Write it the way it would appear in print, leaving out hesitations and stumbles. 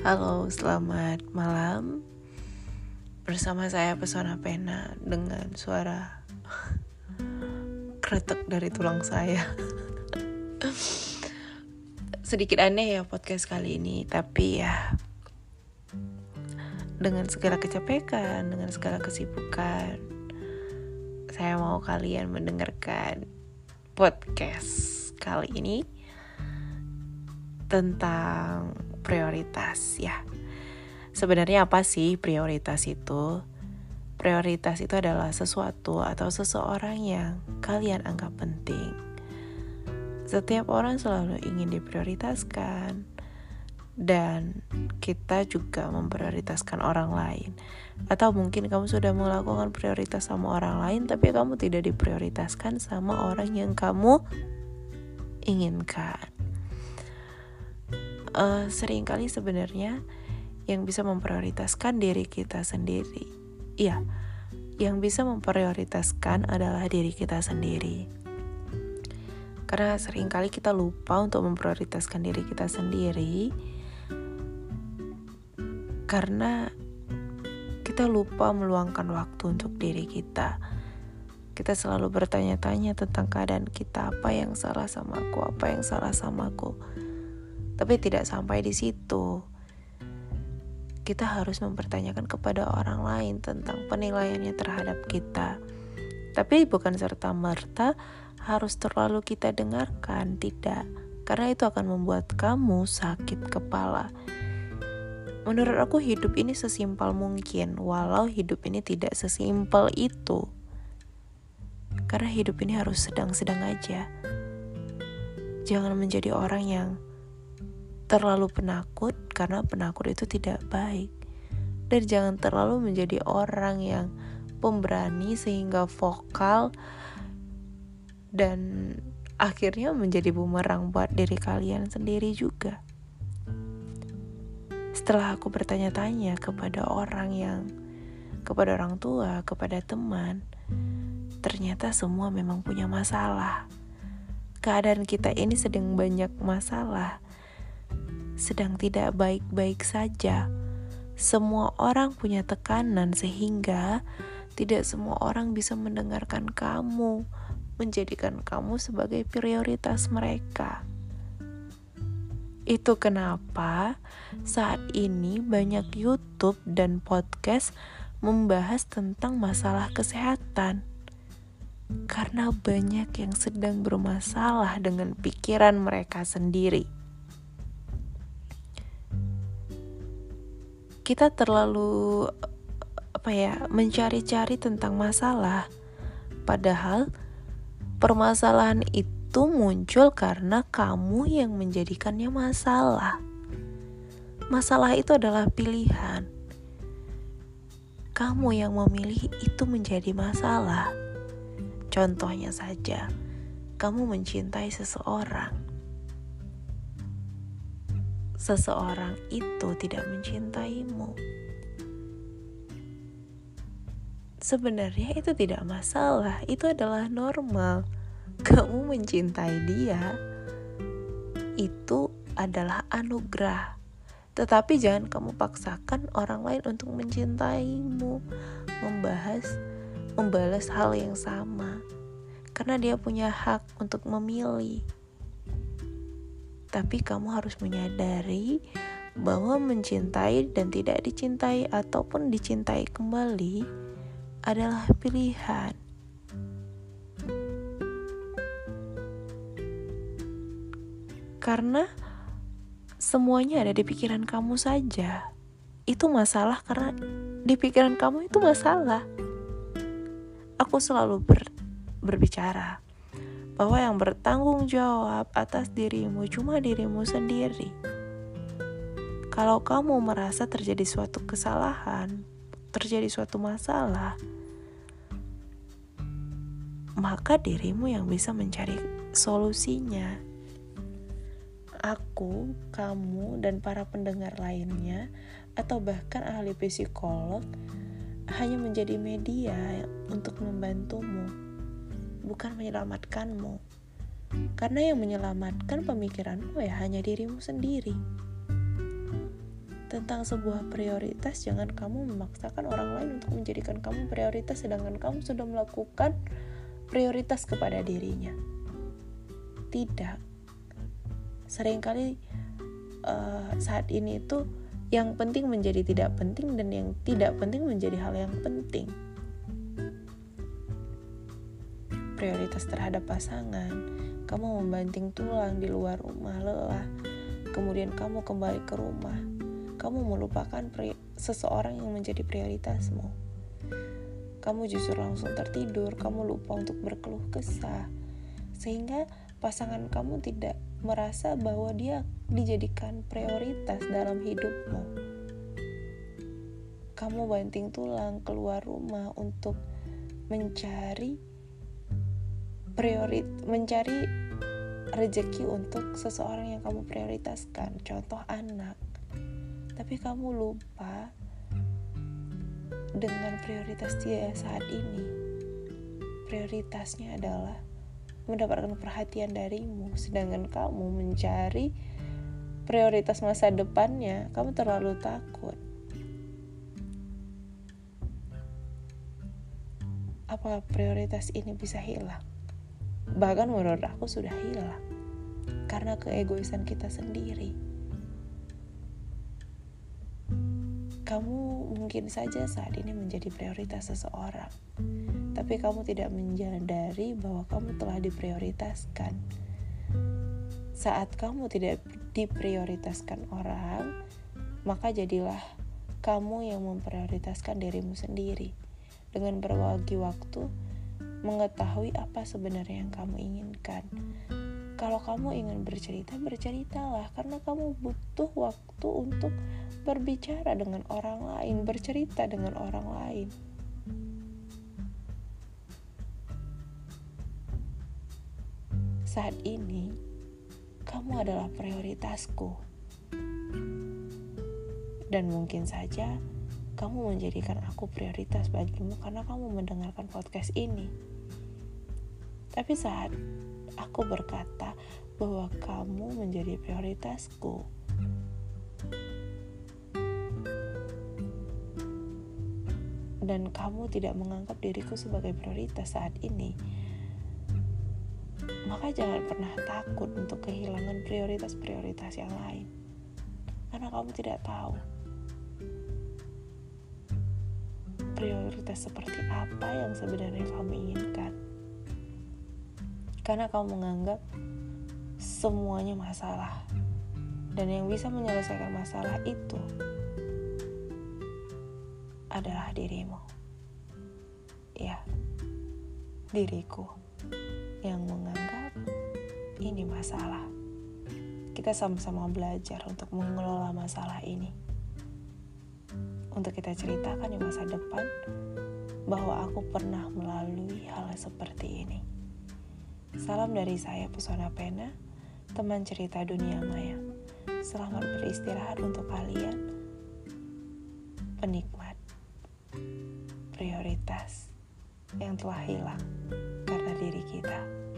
Halo, selamat malam. Bersama saya Pesona Pena dengan suara kretek dari tulang saya. Sedikit aneh ya podcast kali ini, tapi ya dengan segala kecapekan, dengan segala kesibukan, saya mau kalian mendengarkan podcast kali ini tentang prioritas ya. Sebenarnya apa sih prioritas itu? Prioritas itu adalah sesuatu atau seseorang yang kalian anggap penting. Setiap orang selalu ingin diprioritaskan, dan kita juga memprioritaskan orang lain. Atau mungkin kamu sudah melakukan prioritas sama orang lain, tapi kamu tidak diprioritaskan sama orang yang kamu inginkan. Seringkali sebenarnya yang bisa memprioritaskan diri kita sendiri. Iya, yang bisa memprioritaskan adalah diri kita sendiri. Karena seringkali kita lupa untuk memprioritaskan diri kita sendiri, karena kita lupa meluangkan waktu untuk diri kita. Kita selalu bertanya-tanya tentang keadaan kita, apa yang salah sama aku, apa yang salah sama aku. Tapi tidak sampai di situ. Kita harus mempertanyakan kepada orang lain tentang penilaiannya terhadap kita. Tapi bukan serta-merta harus terlalu kita dengarkan, tidak. Karena itu akan membuat kamu sakit kepala. Menurut aku hidup ini sesimpel mungkin, walau hidup ini tidak sesimpel itu. Karena hidup ini harus sedang-sedang aja. Jangan menjadi orang yang terlalu penakut, karena penakut itu tidak baik. Dan jangan terlalu menjadi orang yang pemberani sehingga vokal dan akhirnya menjadi bumerang buat diri kalian sendiri juga. Setelah aku bertanya-tanya kepada orang tua, kepada teman, ternyata semua memang punya masalah. Keadaan kita ini sedang banyak masalah, sedang tidak baik-baik saja. Semua orang punya tekanan sehingga tidak semua orang bisa mendengarkan kamu, menjadikan kamu sebagai prioritas mereka. Itu kenapa saat ini banyak YouTube dan podcast membahas tentang masalah kesehatan. Karena banyak yang sedang bermasalah dengan pikiran mereka sendiri. Kita terlalu mencari-cari tentang masalah, padahal permasalahan itu muncul karena kamu yang menjadikannya masalah. Masalah itu adalah pilihan. Kamu yang memilih itu menjadi masalah. Contohnya saja, kamu mencintai seseorang. Seseorang itu tidak mencintaimu. Sebenarnya itu tidak masalah, itu adalah normal. Kamu mencintai dia, itu adalah anugerah. Tetapi jangan kamu paksakan orang lain untuk mencintaimu, membalas hal yang sama. Karena dia punya hak untuk memilih. Tapi kamu harus menyadari bahwa mencintai dan tidak dicintai ataupun dicintai kembali adalah pilihan. Karena semuanya ada di pikiran kamu saja. Itu masalah karena di pikiran kamu itu masalah. Aku selalu berbicara bahwa yang bertanggung jawab atas dirimu cuma dirimu sendiri. Kalau kamu merasa terjadi suatu kesalahan, terjadi suatu masalah, maka dirimu yang bisa mencari solusinya. Aku, kamu, dan para pendengar lainnya, atau bahkan ahli psikolog, hanya menjadi media untuk membantumu, bukan menyelamatkanmu. Karena yang menyelamatkan pemikiranmu ya hanya dirimu sendiri. tentang sebuah prioritas. Jangan kamu memaksakan orang lain untuk menjadikan kamu prioritas, sedangkan kamu sudah melakukan prioritas kepada dirinya. Tidak. Seringkali saat ini itu yang penting menjadi tidak penting, dan yang tidak penting menjadi hal yang penting. Prioritas terhadap pasangan, kamu membanting tulang di luar rumah, lelah, kemudian kamu kembali ke rumah, kamu melupakan seseorang yang menjadi prioritasmu. Kamu justru langsung tertidur, kamu lupa untuk berkeluh kesah, sehingga pasangan kamu tidak merasa bahwa dia dijadikan prioritas dalam hidupmu. Kamu banting tulang keluar rumah untuk mencari rezeki untuk seseorang yang kamu prioritaskan, contoh anak. Tapi kamu lupa dengan prioritas dia saat ini. Prioritasnya adalah mendapatkan perhatian darimu, sedangkan kamu mencari prioritas masa depannya. Kamu terlalu takut. Apakah prioritas ini bisa hilang? Bahkan menurut aku sudah hilang karena keegoisan kita sendiri. Kamu mungkin saja saat ini menjadi prioritas seseorang, tapi kamu tidak menyadari bahwa kamu telah diprioritaskan. Saat kamu tidak diprioritaskan orang, maka jadilah kamu yang memprioritaskan dirimu sendiri dengan berbagi waktu, mengetahui apa sebenarnya yang kamu inginkan. Kalau kamu ingin bercerita, berceritalah, karena kamu butuh waktu untuk berbicara dengan orang lain, bercerita dengan orang lain. Saat ini, kamu adalah prioritasku. Dan mungkin saja kamu menjadikan aku prioritas bagimu karena kamu mendengarkan podcast ini. Tapi saat aku berkata bahwa kamu menjadi prioritasku, dan kamu tidak menganggap diriku sebagai prioritas saat ini, maka jangan pernah takut untuk kehilangan prioritas-prioritas yang lain. Karena kamu tidak tahu prioritas seperti apa yang sebenarnya kamu inginkan. Karena kamu menganggap semuanya masalah, dan yang bisa menyelesaikan masalah itu adalah dirimu. Ya, diriku yang menganggap ini masalah. Kita sama-sama belajar untuk mengelola masalah ini, untuk kita ceritakan di masa depan bahwa aku pernah melalui hal seperti ini. Salam dari saya, Pesona Pena, teman cerita dunia maya. Selamat beristirahat untuk kalian, penikmat prioritas yang telah hilang karena diri kita.